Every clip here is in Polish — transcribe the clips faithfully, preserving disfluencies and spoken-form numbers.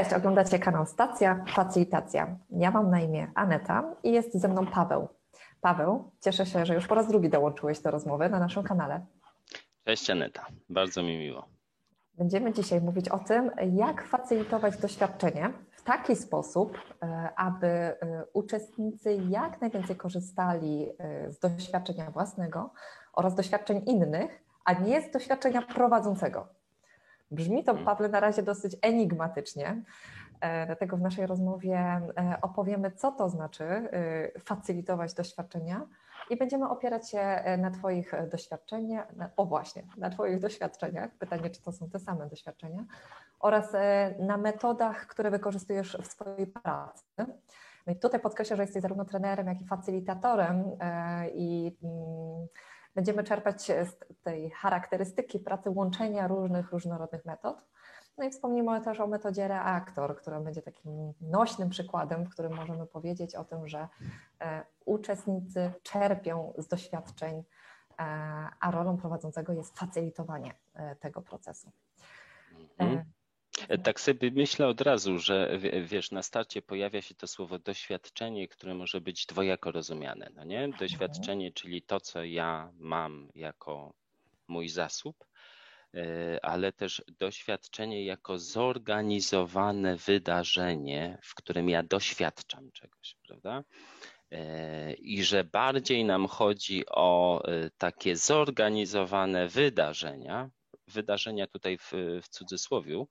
Cześć, oglądacie kanał Stacja Facylitacja. Ja mam na imię Aneta i jest ze mną Paweł. Paweł, cieszę się, że już po raz drugi dołączyłeś do rozmowy na naszym kanale. Cześć Aneta, bardzo mi miło. Będziemy dzisiaj mówić o tym, jak facylitować doświadczenie w taki sposób, aby uczestnicy jak najwięcej korzystali z doświadczenia własnego oraz doświadczeń innych, a nie z doświadczenia prowadzącego. Brzmi to, Pawle, na razie dosyć enigmatycznie, dlatego w naszej rozmowie opowiemy, co to znaczy facylitować doświadczenia i będziemy opierać się na Twoich doświadczeniach, o właśnie, na Twoich doświadczeniach, pytanie, czy to są te same doświadczenia, oraz na metodach, które wykorzystujesz w swojej pracy. No i tutaj podkreślę, że jesteś zarówno trenerem, jak i facylitatorem i będziemy czerpać z tej charakterystyki pracy łączenia różnych, różnorodnych metod. No i wspomnimy też o metodzie reaktor, która będzie takim nośnym przykładem, w którym możemy powiedzieć o tym, że uczestnicy czerpią z doświadczeń, a rolą prowadzącego jest facylitowanie tego procesu. Mhm. Tak sobie myślę od razu, że wiesz, na starcie pojawia się to słowo doświadczenie, które może być dwojako rozumiane, no nie? Doświadczenie, czyli to, co ja mam jako mój zasób, ale też doświadczenie jako zorganizowane wydarzenie, w którym ja doświadczam czegoś, prawda? I że bardziej nam chodzi o takie zorganizowane wydarzenia, wydarzenia tutaj w, w cudzysłowiu,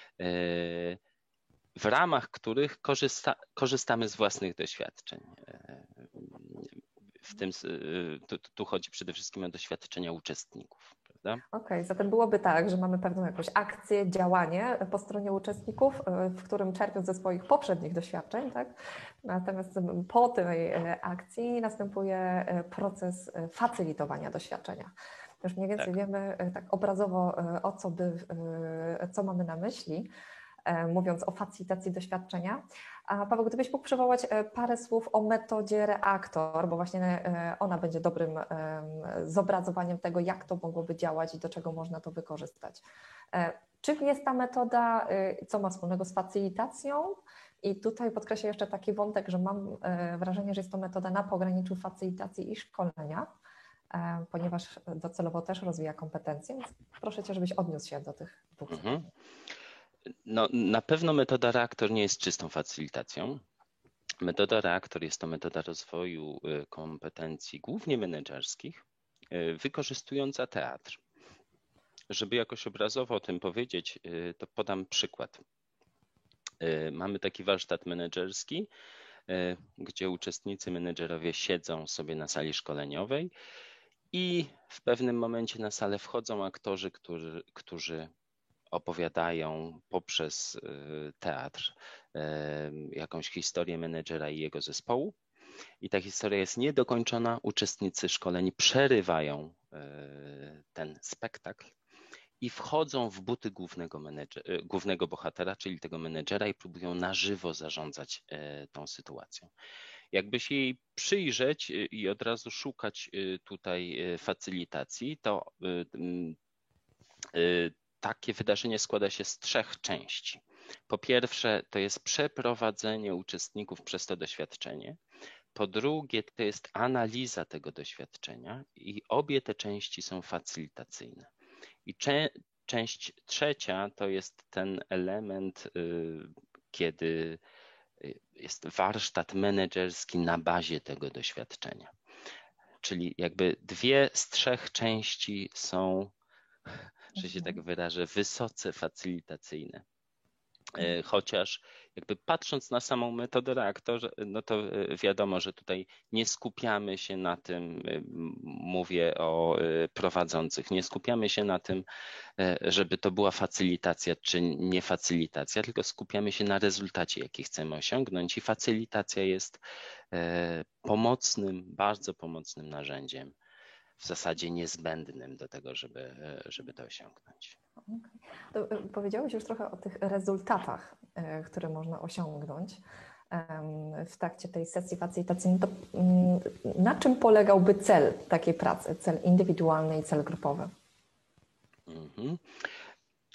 w ramach których korzysta, korzystamy z własnych doświadczeń. W tym, tu, tu chodzi przede wszystkim o doświadczenia uczestników. Okej, okay, zatem byłoby tak, że mamy pewną jakąś akcję, działanie po stronie uczestników, w którym czerpią ze swoich poprzednich doświadczeń, tak? Natomiast po tej akcji następuje proces facylitowania doświadczenia. Już mniej więcej tak. wiemy tak obrazowo, o co, by, co mamy na myśli, mówiąc o facylitacji doświadczenia. A Paweł, gdybyś mógł przywołać parę słów o metodzie reaktor, bo właśnie ona będzie dobrym zobrazowaniem tego, jak to mogłoby działać i do czego można to wykorzystać. Czym jest ta metoda, co ma wspólnego z facylitacją? I tutaj podkreślę jeszcze taki wątek, że mam wrażenie, że jest to metoda na pograniczu facylitacji i szkolenia, ponieważ docelowo też rozwija kompetencje, więc proszę Cię, żebyś odniósł się do tych dwóch mhm. No, na pewno metoda reaktor nie jest czystą facylitacją. Metoda reaktor jest to metoda rozwoju kompetencji głównie menedżerskich, wykorzystująca teatr. Żeby jakoś obrazowo o tym powiedzieć, to podam przykład. Mamy taki warsztat menedżerski, gdzie uczestnicy menedżerowie siedzą sobie na sali szkoleniowej i w pewnym momencie na salę wchodzą aktorzy, którzy, którzy opowiadają poprzez teatr jakąś historię menedżera i jego zespołu. I ta historia jest niedokończona. Uczestnicy szkoleni przerywają ten spektakl i wchodzą w buty głównego, menedżera, głównego bohatera, czyli tego menedżera, i próbują na żywo zarządzać tą sytuacją. Jakby się jej przyjrzeć i od razu szukać tutaj facylitacji, to takie wydarzenie składa się z trzech części. Po pierwsze, to jest przeprowadzenie uczestników przez to doświadczenie. Po drugie, to jest analiza tego doświadczenia i obie te części są facylitacyjne. I cze- część trzecia to jest ten element, y, kiedy jest warsztat menedżerski na bazie tego doświadczenia. Czyli jakby dwie z trzech części są, że się tak wyrażę, wysoce facylitacyjne. Chociaż jakby patrząc na samą metodę reaktor, no to wiadomo, że tutaj nie skupiamy się na tym, mówię o prowadzących, nie skupiamy się na tym, żeby to była facylitacja czy nie facylitacja, tylko skupiamy się na rezultacie, jaki chcemy osiągnąć, i facylitacja jest pomocnym, bardzo pomocnym narzędziem, w zasadzie niezbędnym do tego, żeby, żeby to osiągnąć. Okay. To powiedziałeś już trochę o tych rezultatach, które można osiągnąć w trakcie tej sesji facylitacyjnej. To na czym polegałby cel takiej pracy, cel indywidualny i cel grupowy? Mhm.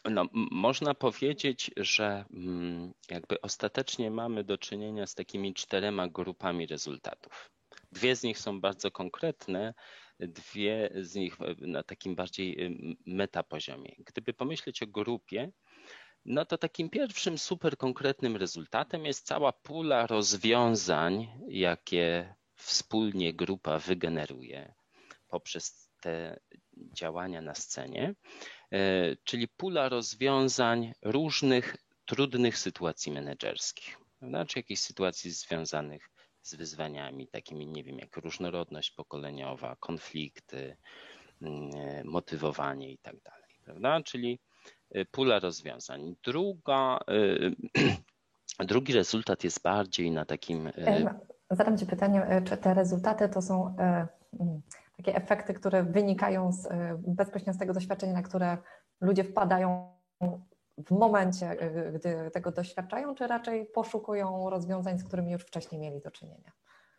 No, można powiedzieć, że jakby ostatecznie mamy do czynienia z takimi czterema grupami rezultatów. Dwie z nich są bardzo konkretne, dwie z nich na takim bardziej metapoziomie. Gdyby pomyśleć o grupie, no to takim pierwszym super konkretnym rezultatem jest cała pula rozwiązań, jakie wspólnie grupa wygeneruje poprzez te działania na scenie, czyli pula rozwiązań różnych trudnych sytuacji menedżerskich, prawda? Czy jakichś sytuacji związanych z wyzwaniami takimi, nie wiem, jak różnorodność pokoleniowa, konflikty, motywowanie i tak dalej, prawda? Czyli pula rozwiązań. Druga, drugi rezultat jest bardziej na takim... Zadam Ci pytanie, czy te rezultaty to są takie efekty, które wynikają z, bezpośrednio z tego doświadczenia, na które ludzie wpadają w momencie, gdy tego doświadczają, czy raczej poszukują rozwiązań, z którymi już wcześniej mieli do czynienia?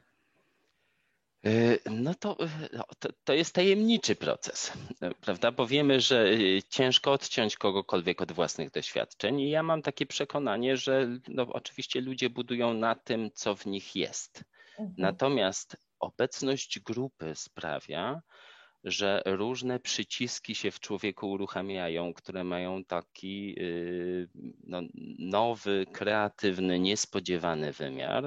No to, to, to jest tajemniczy proces, prawda? Bo wiemy, że ciężko odciąć kogokolwiek od własnych doświadczeń i ja mam takie przekonanie, że no, oczywiście ludzie budują na tym, co w nich jest. Mhm. Natomiast obecność grupy sprawia, że różne przyciski się w człowieku uruchamiają, które mają taki no, nowy, kreatywny, niespodziewany wymiar.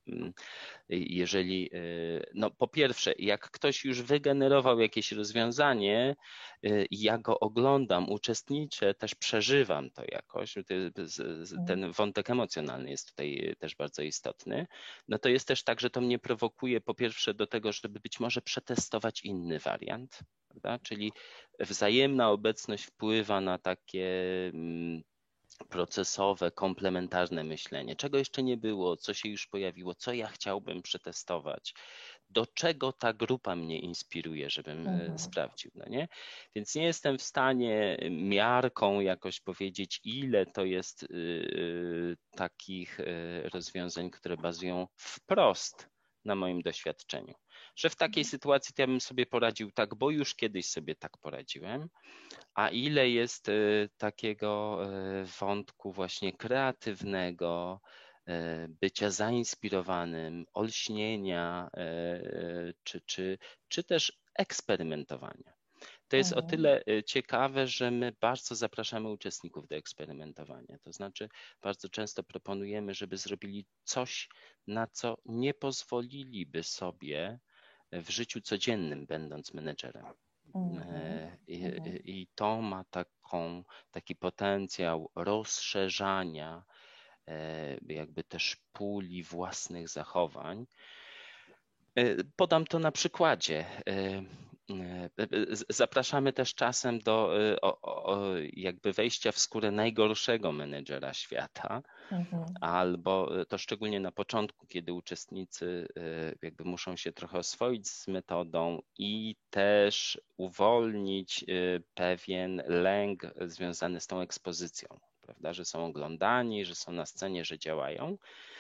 Jeżeli, no po pierwsze, jak ktoś już wygenerował jakieś rozwiązanie, ja go oglądam, uczestniczę, też przeżywam to jakoś, ten wątek emocjonalny jest tutaj też bardzo istotny, no to jest też tak, że to mnie prowokuje po pierwsze do tego, żeby być może przetestować inny wariant, prawda? Czyli wzajemna obecność wpływa na takie procesowe, komplementarne myślenie. Czego jeszcze nie było, co się już pojawiło, co ja chciałbym przetestować, do czego ta grupa mnie inspiruje, żebym mhm. sprawdził. No nie? Więc nie jestem w stanie miarką jakoś powiedzieć, ile to jest yy, takich yy, rozwiązań, które bazują wprost na moim doświadczeniu. Że w takiej sytuacji to ja bym sobie poradził tak, bo już kiedyś sobie tak poradziłem, a ile jest takiego wątku właśnie kreatywnego, bycia zainspirowanym, olśnienia, czy, czy, czy też eksperymentowania. To jest mhm. o tyle ciekawe, że my bardzo zapraszamy uczestników do eksperymentowania. To znaczy bardzo często proponujemy, żeby zrobili coś, na co nie pozwoliliby sobie w życiu codziennym, będąc menedżerem. Mm-hmm. I, I to ma taką, taki potencjał rozszerzania jakby też puli własnych zachowań. Podam to na przykładzie. Zapraszamy też czasem do o, o, jakby wejścia w skórę najgorszego menedżera świata, mhm. albo to szczególnie na początku, kiedy uczestnicy jakby muszą się trochę oswoić z metodą i też uwolnić pewien lęk związany z tą ekspozycją, prawda, że są oglądani, że są na scenie, że działają.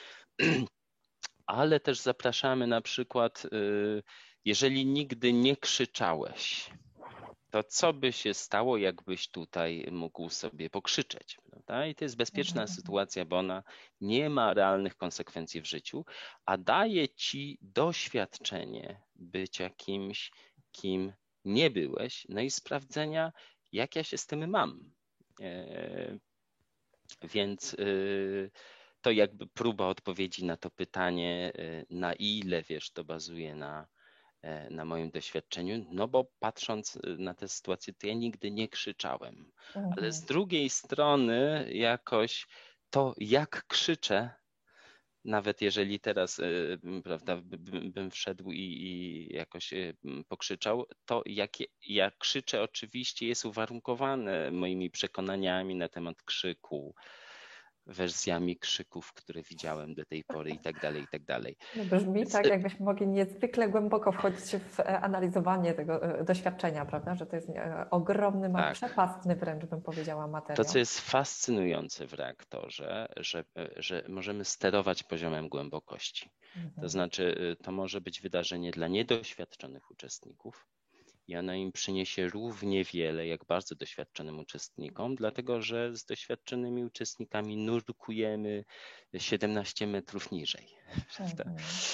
Ale też zapraszamy na przykład, jeżeli nigdy nie krzyczałeś, to co by się stało, jakbyś tutaj mógł sobie pokrzyczeć, prawda? I to jest bezpieczna mhm. sytuacja, bo ona nie ma realnych konsekwencji w życiu, a daje ci doświadczenie bycia kimś, kim nie byłeś, no i sprawdzenia, jak ja się z tym mam. E, więc y, to jakby próba odpowiedzi na to pytanie, na ile, wiesz, to bazuje na, na moim doświadczeniu, no bo patrząc na tę sytuację, to ja nigdy nie krzyczałem, mhm. ale z drugiej strony jakoś to, jak krzyczę, nawet jeżeli teraz, prawda, bym, bym wszedł i, i jakoś pokrzyczał, to jak ja krzyczę oczywiście jest uwarunkowane moimi przekonaniami na temat krzyku, wersjami krzyków, które widziałem do tej pory i tak dalej, i tak dalej. No brzmi Więc... tak, jakbyśmy mogli niezwykle głęboko wchodzić w analizowanie tego doświadczenia, prawda? Że to jest ogromny, tak. przepastny wręcz, bym powiedziała, materiał. To, co jest fascynujące w reaktorze, że, że możemy sterować poziomem głębokości. Mhm. To znaczy, to może być wydarzenie dla niedoświadczonych uczestników i ona im przyniesie równie wiele, jak bardzo doświadczonym uczestnikom, dlatego że z doświadczonymi uczestnikami nurkujemy siedemnaście metrów niżej, prawda?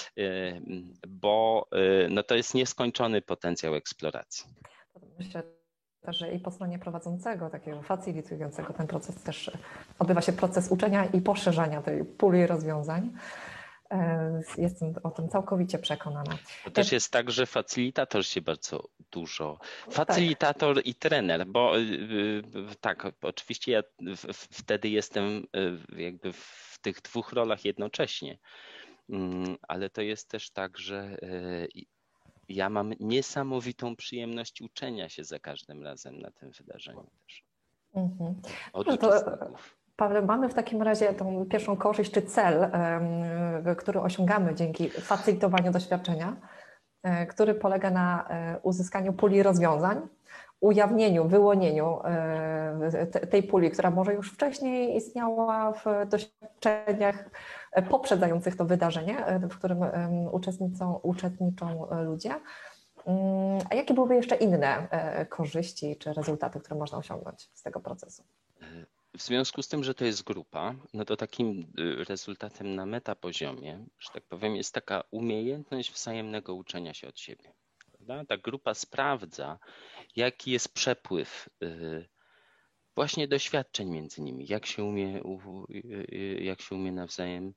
Bo no to jest nieskończony potencjał eksploracji. Myślę też, że i po stronie prowadzącego, takiego facilitującego ten proces też odbywa się proces uczenia i poszerzania tej puli rozwiązań. Jestem o tym całkowicie przekonana. To też jest tak, że facilitator się bardzo dużo. Facilitator tak. i trener, bo tak, oczywiście ja wtedy jestem jakby w tych dwóch rolach jednocześnie, ale to jest też tak, że ja mam niesamowitą przyjemność uczenia się za każdym razem na tym wydarzeniu też. Mhm. Od no uczestników. Paweł, mamy w takim razie tą pierwszą korzyść czy cel, który osiągamy dzięki facilitowaniu doświadczenia, który polega na uzyskaniu puli rozwiązań, ujawnieniu, wyłonieniu tej puli, która może już wcześniej istniała w doświadczeniach poprzedzających to wydarzenie, w którym uczestniczą, uczestniczą ludzie. A jakie byłyby jeszcze inne korzyści czy rezultaty, które można osiągnąć z tego procesu? W związku z tym, że to jest grupa, no to takim rezultatem na metapoziomie, że tak powiem, jest taka umiejętność wzajemnego uczenia się od siebie. Prawda? Ta grupa sprawdza, jaki jest przepływ właśnie doświadczeń między nimi, jak się umie, jak się umie nawzajem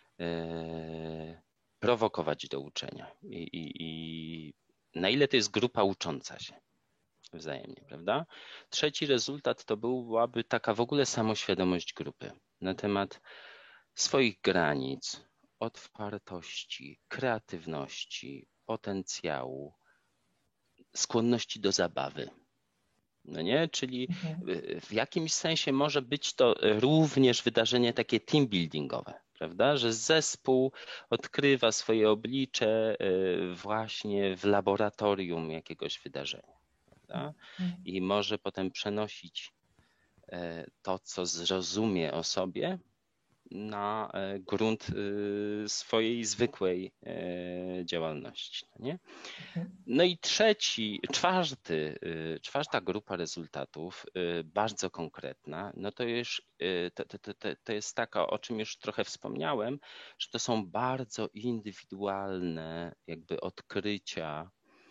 prowokować do uczenia i, i, i na ile to jest grupa ucząca się wzajemnie, prawda? Trzeci rezultat to byłaby taka w ogóle samoświadomość grupy na temat swoich granic, otwartości, kreatywności, potencjału, skłonności do zabawy. No nie? Czyli w jakimś sensie może być to również wydarzenie takie team buildingowe, prawda? Że zespół odkrywa swoje oblicze właśnie w laboratorium jakiegoś wydarzenia. Prawda? I może potem przenosić to, co zrozumie o sobie, na grunt swojej zwykłej działalności. Nie? No i trzeci, czwarty, czwarta grupa rezultatów, bardzo konkretna, no to już to, to, to, to jest taka, o czym już trochę wspomniałem, że to są bardzo indywidualne jakby odkrycia,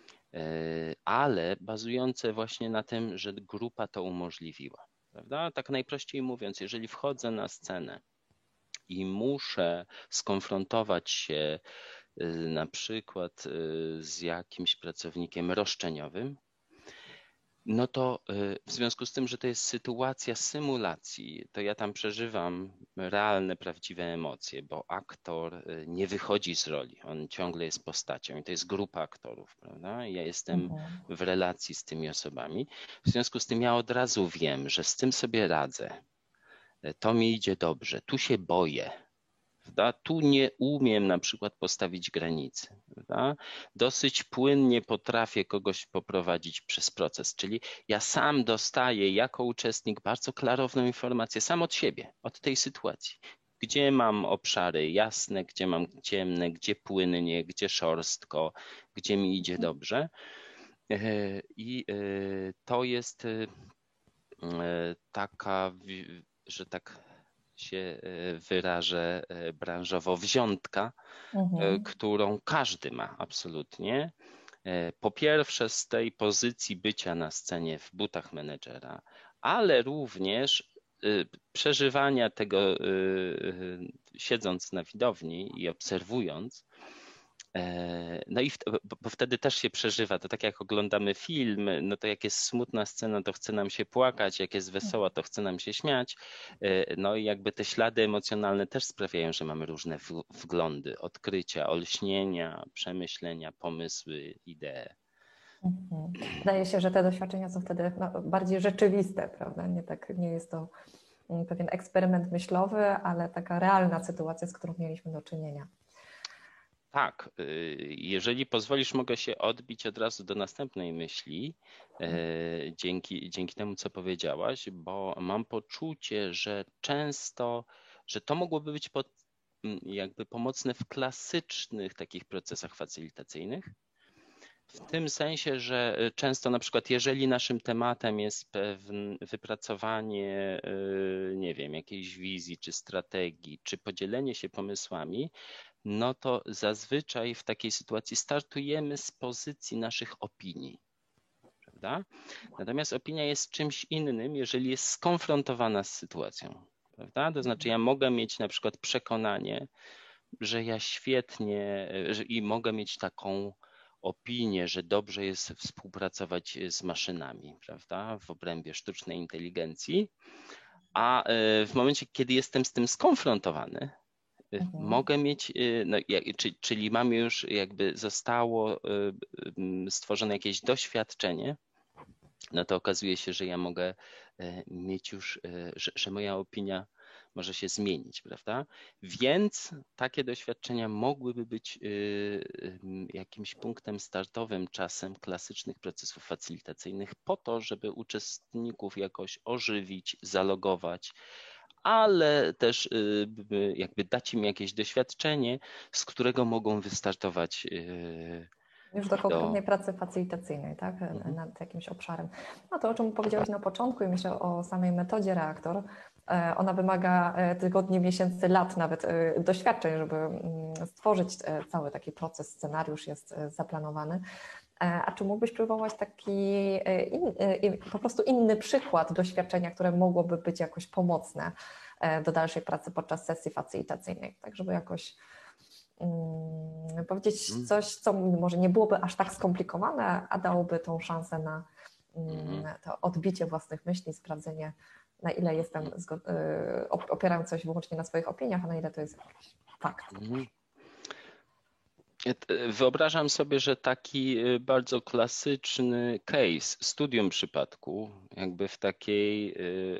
ale bazujące właśnie na tym, że grupa to umożliwiła. Prawda? Tak najprościej mówiąc, jeżeli wchodzę na scenę i muszę skonfrontować się na przykład z jakimś pracownikiem roszczeniowym, no to w związku z tym, że to jest sytuacja symulacji, to ja tam przeżywam realne, prawdziwe emocje, bo aktor nie wychodzi z roli, on ciągle jest postacią i to jest grupa aktorów, prawda? Ja jestem w relacji z tymi osobami. W związku z tym ja od razu wiem, że z tym sobie radzę, to mi idzie dobrze, tu się boję. Prawda? Tu nie umiem na przykład postawić granicy. Prawda? Dosyć płynnie potrafię kogoś poprowadzić przez proces, czyli ja sam dostaję jako uczestnik bardzo klarowną informację sam od siebie, od tej sytuacji. Gdzie mam obszary jasne, gdzie mam ciemne, gdzie płynnie, gdzie szorstko, gdzie mi idzie dobrze. I to jest taka, że tak się wyrażę branżowo, wziątka, mhm. którą każdy ma absolutnie. Po pierwsze z tej pozycji bycia na scenie w butach menedżera, ale również przeżywania tego siedząc na widowni i obserwując. No i bo wtedy też się przeżywa, to tak jak oglądamy film, no to jak jest smutna scena, to chce nam się płakać, jak jest wesoła, to chce nam się śmiać. No i jakby te ślady emocjonalne też sprawiają, że mamy różne wglądy, odkrycia, olśnienia, przemyślenia, pomysły, idee. Wydaje się, że te doświadczenia są wtedy no, bardziej rzeczywiste, prawda? Nie, tak, nie jest to pewien eksperyment myślowy, ale taka realna sytuacja, z którą mieliśmy do czynienia. Tak, jeżeli pozwolisz, mogę się odbić od razu do następnej myśli, dzięki, dzięki temu, co powiedziałaś, bo mam poczucie, że często, że to mogłoby być pod, jakby pomocne w klasycznych takich procesach facylitacyjnych, W tym sensie, że często na przykład jeżeli naszym tematem jest pewne wypracowanie, nie wiem, jakiejś wizji czy strategii, czy podzielenie się pomysłami, no to zazwyczaj w takiej sytuacji startujemy z pozycji naszych opinii, prawda? Natomiast opinia jest czymś innym, jeżeli jest skonfrontowana z sytuacją, prawda? To znaczy ja mogę mieć na przykład przekonanie, że ja świetnie że, i mogę mieć taką opinię, że dobrze jest współpracować z maszynami, prawda, w obrębie sztucznej inteligencji, a w momencie, kiedy jestem z tym skonfrontowany, mhm. mogę mieć, no, czyli mamy już jakby zostało stworzone jakieś doświadczenie, no to okazuje się, że ja mogę mieć już, że, że moja opinia może się zmienić, prawda? Więc takie doświadczenia mogłyby być jakimś punktem startowym czasem klasycznych procesów facylitacyjnych po to, żeby uczestników jakoś ożywić, zalogować, ale też jakby dać im jakieś doświadczenie, z którego mogą wystartować już do konkretnej do... pracy facylitacyjnej, tak? Mhm. Nad jakimś obszarem. No to, o czym powiedziałeś na początku i myślę o samej metodzie reaktor, ona wymaga tygodni, miesięcy, lat nawet doświadczeń, żeby stworzyć cały taki proces, scenariusz jest zaplanowany. A czy mógłbyś próbować taki in, po prostu inny przykład doświadczenia, które mogłoby być jakoś pomocne do dalszej pracy podczas sesji facylitacyjnej, tak żeby jakoś um, powiedzieć coś, co może nie byłoby aż tak skomplikowane, a dałoby tą szansę na um, to odbicie własnych myśli, sprawdzenie, na ile jestem, opieram coś wyłącznie na swoich opiniach, a na ile to jest jakiś fakt. Wyobrażam sobie, że taki bardzo klasyczny case, studium przypadku, jakby w takiej,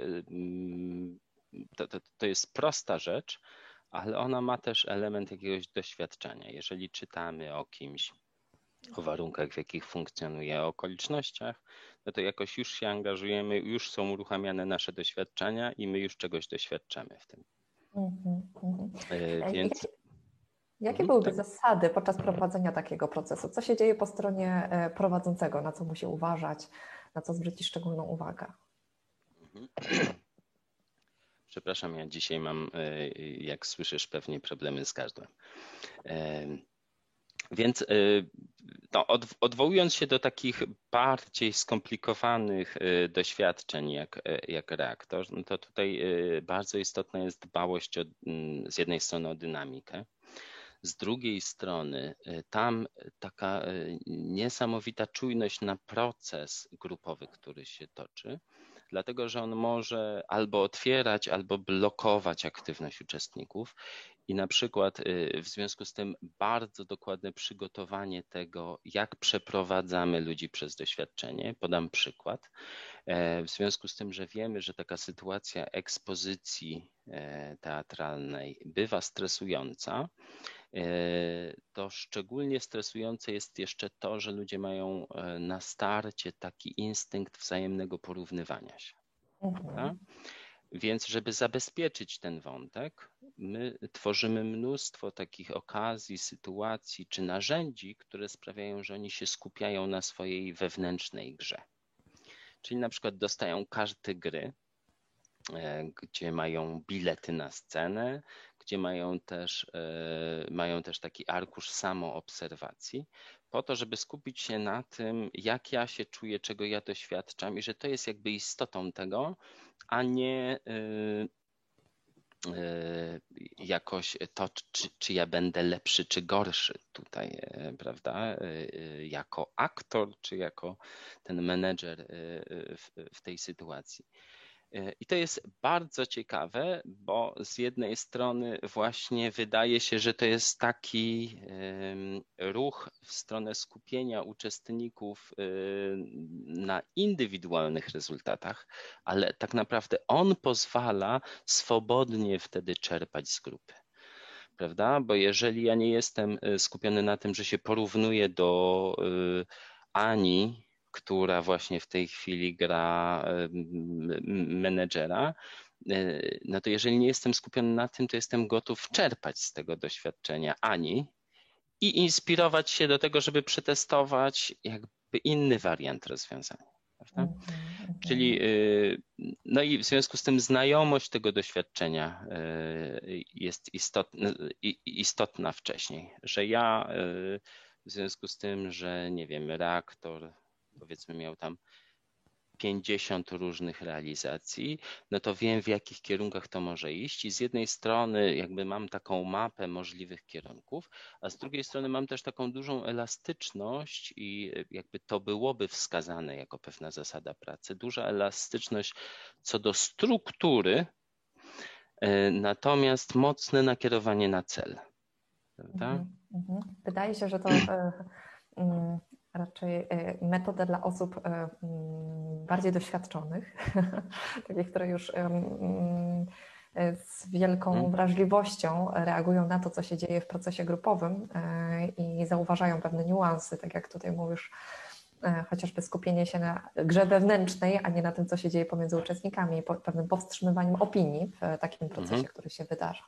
to, to, to jest prosta rzecz, ale ona ma też element jakiegoś doświadczenia. Jeżeli czytamy o kimś, o warunkach, w jakich funkcjonuje, o okolicznościach, no to jakoś już się angażujemy, już są uruchamiane nasze doświadczenia i my już czegoś doświadczamy w tym. Mm-hmm, mm-hmm. Więc... Jakie byłyby tak. zasady podczas prowadzenia takiego procesu? Co się dzieje po stronie prowadzącego? Na co musi uważać? Na co zwrócić szczególną uwagę? Przepraszam, ja dzisiaj mam, jak słyszysz, pewnie problemy z gardłem. Więc no, odwołując się do takich bardziej skomplikowanych doświadczeń jak, jak reaktor, no to tutaj bardzo istotna jest dbałość o, z jednej strony o dynamikę, z drugiej strony tam taka niesamowita czujność na proces grupowy, który się toczy, dlatego że on może albo otwierać, albo blokować aktywność uczestników i na przykład w związku z tym bardzo dokładne przygotowanie tego, jak przeprowadzamy ludzi przez doświadczenie. Podam przykład. W związku z tym, że wiemy, że taka sytuacja ekspozycji teatralnej bywa stresująca, to szczególnie stresujące jest jeszcze to, że ludzie mają na starcie taki instynkt wzajemnego porównywania się. Mhm. Więc żeby zabezpieczyć ten wątek, my tworzymy mnóstwo takich okazji, sytuacji czy narzędzi, które sprawiają, że oni się skupiają na swojej wewnętrznej grze. Czyli na przykład dostają karty gry, gdzie mają bilety na scenę, gdzie mają też, mają też taki arkusz samoobserwacji, po to, żeby skupić się na tym, jak ja się czuję, czego ja doświadczam i że to jest jakby istotą tego, a nie jakoś to, czy, czy ja będę lepszy, czy gorszy tutaj, prawda, jako aktor, czy jako ten menedżer w, w tej sytuacji. I to jest bardzo ciekawe, bo z jednej strony właśnie wydaje się, że to jest taki ruch w stronę skupienia uczestników na indywidualnych rezultatach, ale tak naprawdę on pozwala swobodnie wtedy czerpać z grupy. Prawda? Bo jeżeli ja nie jestem skupiony na tym, że się porównuję do Ani, która właśnie w tej chwili gra menedżera, no to jeżeli nie jestem skupiony na tym, to jestem gotów czerpać z tego doświadczenia Ani i inspirować się do tego, żeby przetestować jakby inny wariant rozwiązania. Prawda? Mhm. Czyli no i w związku z tym znajomość tego doświadczenia jest istotna, istotna wcześniej, że ja w związku z tym, że nie wiem, reaktor powiedzmy miał tam pięćdziesiąt różnych realizacji, no to wiem, w jakich kierunkach to może iść i z jednej strony jakby mam taką mapę możliwych kierunków, a z drugiej strony mam też taką dużą elastyczność i jakby to byłoby wskazane jako pewna zasada pracy, duża elastyczność co do struktury, natomiast mocne nakierowanie na cel. Prawda? Wydaje się, że to raczej metoda dla osób bardziej doświadczonych, takich, które już z wielką wrażliwością reagują na to, co się dzieje w procesie grupowym i zauważają pewne niuanse, tak jak tutaj mówisz, chociażby skupienie się na grze wewnętrznej, a nie na tym, co się dzieje pomiędzy uczestnikami, pewnym powstrzymywaniem opinii w takim procesie, mhm. który się wydarza.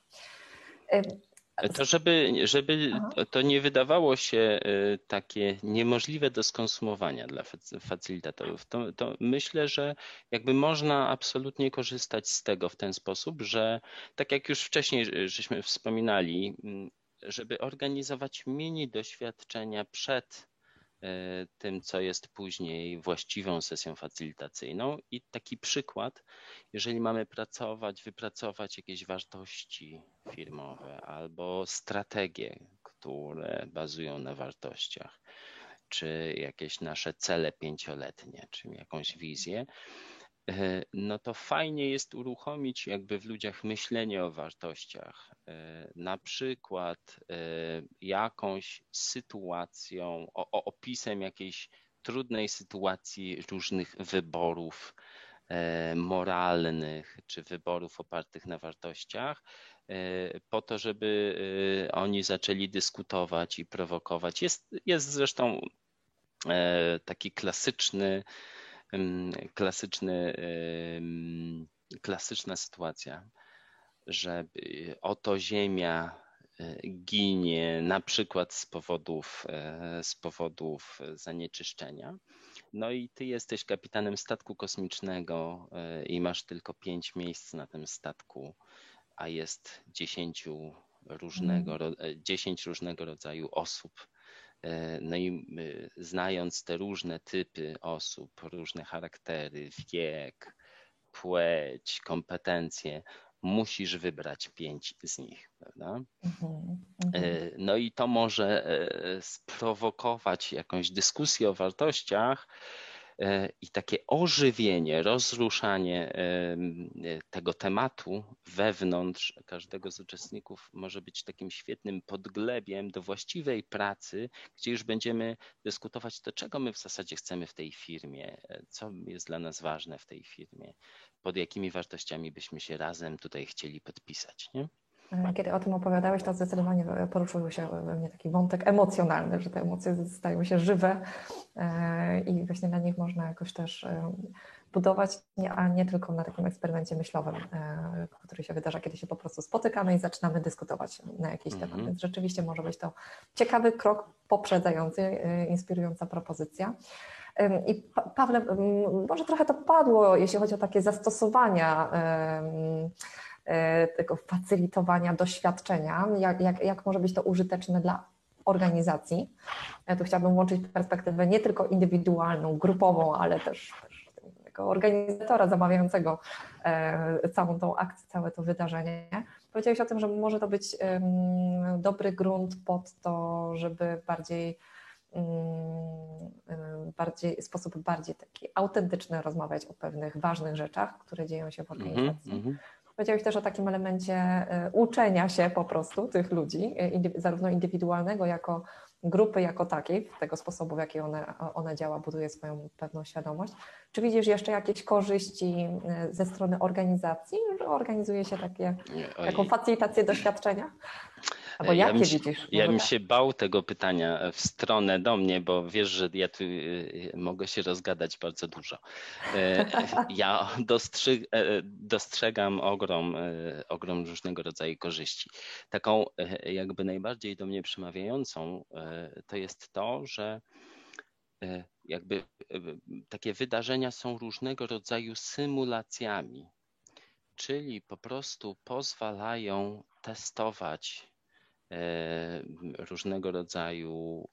To żeby, żeby to nie wydawało się takie niemożliwe do skonsumowania dla facylitatorów, to, to myślę, że jakby można absolutnie korzystać z tego w ten sposób, że tak jak już wcześniej żeśmy wspominali, żeby organizować mini doświadczenia przed tym, co jest później właściwą sesją facylitacyjną. I taki przykład, jeżeli mamy pracować, wypracować jakieś wartości firmowe albo strategie, które bazują na wartościach, czy jakieś nasze cele pięcioletnie, czy jakąś wizję, no to fajnie jest uruchomić jakby w ludziach myślenie o wartościach, na przykład jakąś sytuacją, o, o opisem jakiejś trudnej sytuacji różnych wyborów moralnych czy wyborów opartych na wartościach, po to, żeby oni zaczęli dyskutować i prowokować. Jest, jest zresztą taki klasyczny Klasyczny, klasyczna sytuacja, że oto Ziemia ginie na przykład z powodów, z powodów zanieczyszczenia. No i ty jesteś kapitanem statku kosmicznego i masz tylko pięć miejsc na tym statku, a jest dziesięciu różnego, dziesięć różnego rodzaju osób. No i znając te różne typy osób, różne charaktery, wiek, płeć, kompetencje, musisz wybrać pięć z nich, prawda? Mm-hmm. No i to może sprowokować jakąś dyskusję o wartościach i takie ożywienie, rozruszanie tego tematu wewnątrz każdego z uczestników może być takim świetnym podglebiem do właściwej pracy, gdzie już będziemy dyskutować, do czego my w zasadzie chcemy w tej firmie, co jest dla nas ważne w tej firmie, pod jakimi wartościami byśmy się razem tutaj chcieli podpisać, nie? Kiedy o tym opowiadałeś, to zdecydowanie poruszył się we mnie taki wątek emocjonalny, że te emocje stają się żywe i właśnie na nich można jakoś też budować, a nie tylko na takim eksperymencie myślowym, który się wydarza, kiedy się po prostu spotykamy i zaczynamy dyskutować na jakiś temat. Mm-hmm. Więc rzeczywiście może być to ciekawy krok poprzedzający, inspirująca propozycja. I Pawle, może trochę to padło, jeśli chodzi o takie zastosowania tego facylitowania doświadczenia, jak, jak, jak może być to użyteczne dla organizacji. Ja tu chciałabym łączyć perspektywę nie tylko indywidualną, grupową, ale też, też jako organizatora zamawiającego całą tą akcję, całe to wydarzenie. Powiedziałeś o tym, że może to być dobry grunt pod to, żeby bardziej bardziej, w sposób bardziej taki autentyczny rozmawiać o pewnych ważnych rzeczach, które dzieją się w organizacji. Mm-hmm. Powiedziałeś też o takim elemencie uczenia się po prostu tych ludzi, zarówno indywidualnego jako grupy jako takiej, tego sposobu, w jaki ona, ona działa, buduje swoją pewną świadomość. Czy widzisz jeszcze jakieś korzyści ze strony organizacji, że organizuje się takie, taką facylitację doświadczenia? Albo Ja jakie bym, się, widzisz? ja Może bym tak. się bał tego pytania w stronę do mnie, bo wiesz, że ja tu y, mogę się rozgadać bardzo dużo. E, Ja dostrzy, e, dostrzegam ogrom, e, ogrom różnego rodzaju korzyści. Taką e, jakby najbardziej do mnie przemawiającą e, to jest to, że e, jakby e, takie wydarzenia są różnego rodzaju symulacjami, czyli po prostu pozwalają testować e, różnego rodzaju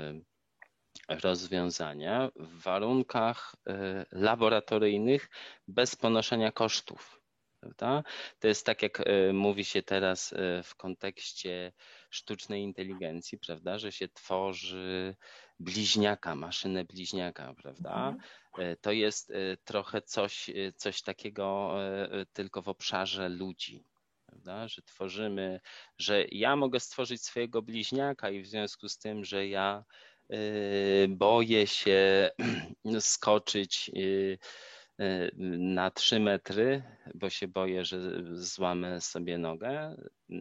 e, rozwiązania w warunkach e, laboratoryjnych bez ponoszenia kosztów. Prawda? To jest tak, jak e, mówi się teraz e, w kontekście sztucznej inteligencji, prawda, że się tworzy bliźniaka, maszynę bliźniaka, prawda? Mhm. E, To jest e, trochę coś, e, coś takiego e, tylko w obszarze ludzi. Prawda? Że tworzymy, że ja mogę stworzyć swojego bliźniaka i w związku z tym, że ja y, boję się skoczyć y, y, na trzy metry, bo się boję, że złamę sobie nogę,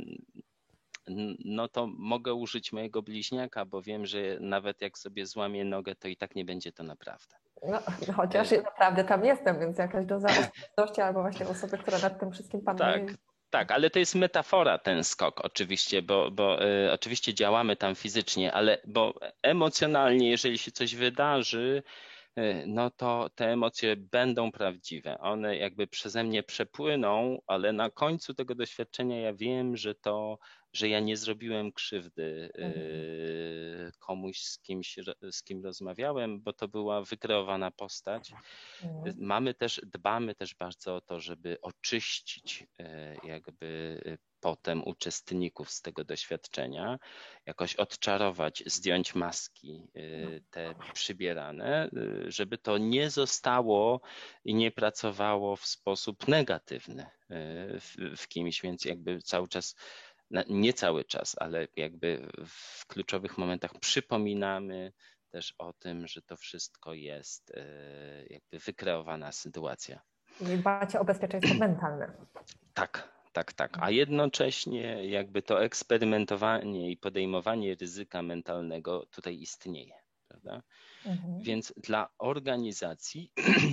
n- no to mogę użyć mojego bliźniaka, bo wiem, że nawet jak sobie złamię nogę, to i tak nie będzie to naprawdę. No, chociaż E, ja naprawdę tam jestem, więc jakaś doza ostrożności albo właśnie osoby, która nad tym wszystkim panuje. Tak, tak, ale to jest metafora ten skok oczywiście, bo, bo y, oczywiście działamy tam fizycznie, ale bo emocjonalnie, jeżeli się coś wydarzy, y, no to te emocje będą prawdziwe. One jakby przeze mnie przepłyną, ale na końcu tego doświadczenia ja wiem, że to, że ja nie zrobiłem krzywdy Mhm. y, komuś, z kimś, z kim rozmawiałem, bo to była wykreowana postać. Mhm. Mamy też, dbamy też bardzo o to, żeby oczyścić e, jakby e, potem uczestników z tego doświadczenia, jakoś odczarować, zdjąć maski e, te przybierane, e, żeby to nie zostało i nie pracowało w sposób negatywny e, w, w kimś, więc jakby cały czas, nie cały czas, ale jakby w kluczowych momentach przypominamy też o tym, że to wszystko jest e, jakby wykreowana sytuacja. Czyli dbacie o bezpieczeństwo mentalne. Tak, tak, tak. A jednocześnie jakby to eksperymentowanie i podejmowanie ryzyka mentalnego tutaj istnieje, prawda? Mhm. Więc dla organizacji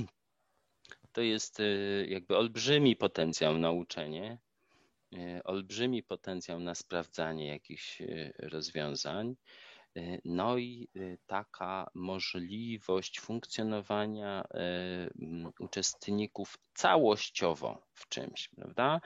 to jest e, jakby olbrzymi potencjał na uczenie, e, olbrzymi potencjał na sprawdzanie jakichś e, rozwiązań. No i taka możliwość funkcjonowania uczestników całościowo w czymś, prawda?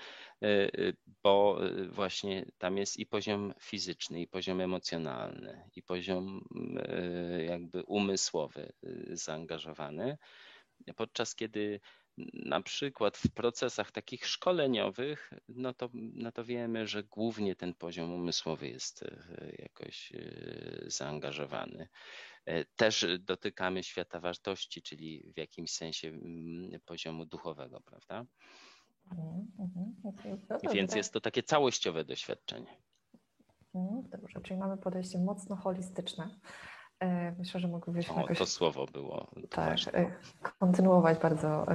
Bo właśnie tam jest i poziom fizyczny, i poziom emocjonalny, i poziom jakby umysłowy zaangażowany. Podczas kiedy na przykład w procesach takich szkoleniowych, no to, no to wiemy, że głównie ten poziom umysłowy jest jakoś zaangażowany. Też dotykamy świata wartości, czyli w jakimś sensie poziomu duchowego, prawda? Mhm. Mhm. Okay. No Więc dobrze. jest to takie całościowe doświadczenie. Mhm. Dobrze, czyli mamy podejście mocno holistyczne. Myślę, że moglibyśmy O, jakoś to słowo było tu tak, ważne. kontynuować bardzo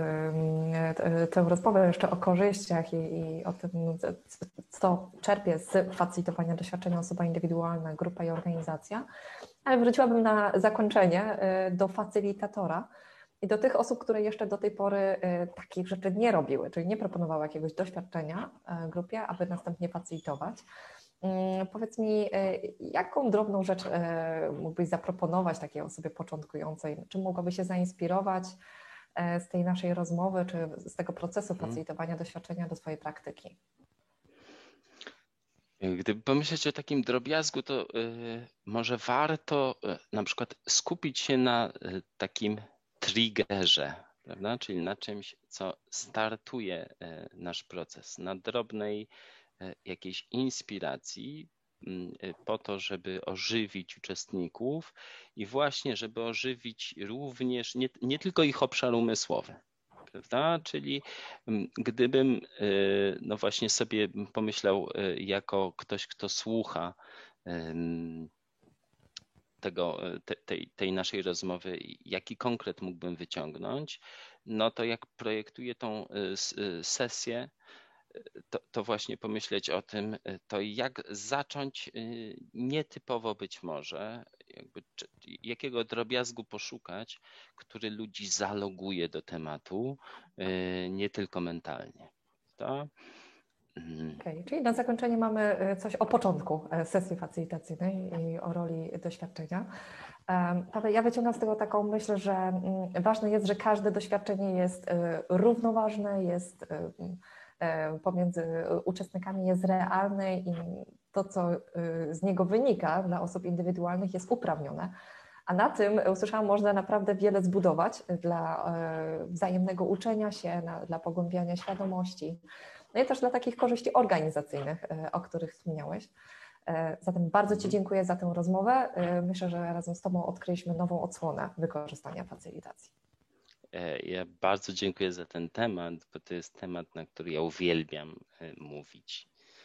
tę rozmowę jeszcze o korzyściach i, i o tym, co czerpie z facilitowania doświadczenia osoba indywidualna, grupa i organizacja. Ale wróciłabym na zakończenie do facylitatora i do tych osób, które jeszcze do tej pory takich rzeczy nie robiły, czyli nie proponowały jakiegoś doświadczenia grupie, aby następnie facilitować. Powiedz mi, jaką drobną rzecz mógłbyś zaproponować takiej osobie początkującej? Czym mogłaby się zainspirować z tej naszej rozmowy, czy z tego procesu facilitowania doświadczenia do swojej praktyki? Gdyby pomyśleć o takim drobiazgu, to może warto na przykład skupić się na takim triggerze, prawda? Czyli na czymś, co startuje nasz proces, na drobnej jakiejś inspiracji po to, żeby ożywić uczestników i właśnie, żeby ożywić również nie, nie tylko ich obszar umysłowy. Prawda? Czyli gdybym no właśnie sobie pomyślał jako ktoś, kto słucha tego, te, tej, tej naszej rozmowy, jaki konkret mógłbym wyciągnąć, no to jak projektuję tą sesję, to, to właśnie pomyśleć o tym, to jak zacząć nietypowo być może, jakby, czy, jakiego drobiazgu poszukać, który ludzi zaloguje do tematu, nie tylko mentalnie. To, Okay, czyli na zakończenie mamy coś o początku sesji facylitacyjnej i o roli doświadczenia. Paweł, ja wyciągam z tego taką myśl, że ważne jest, że każde doświadczenie jest równoważne, jest pomiędzy uczestnikami jest realne i to, co z niego wynika dla osób indywidualnych, jest uprawnione. A na tym, usłyszałam, można naprawdę wiele zbudować dla wzajemnego uczenia się, dla pogłębiania świadomości, no i też dla takich korzyści organizacyjnych, o których wspomniałeś. Zatem bardzo Ci dziękuję za tę rozmowę. Myślę, że razem z Tobą odkryliśmy nową odsłonę wykorzystania facylitacji. Ja bardzo dziękuję za ten temat, bo to jest temat, na który ja uwielbiam mówić.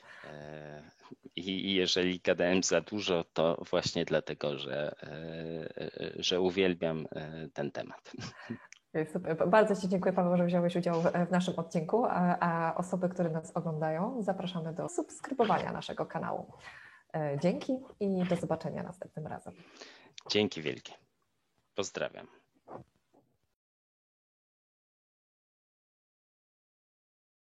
I jeżeli gadałem za dużo, to właśnie dlatego, że, że uwielbiam ten temat. Super. Bardzo Ci dziękuję, Paweł, że wziąłeś udział w naszym odcinku, a, a osoby, które nas oglądają, zapraszamy do subskrybowania naszego kanału. Dzięki i do zobaczenia następnym razem. Dzięki wielkie. Pozdrawiam.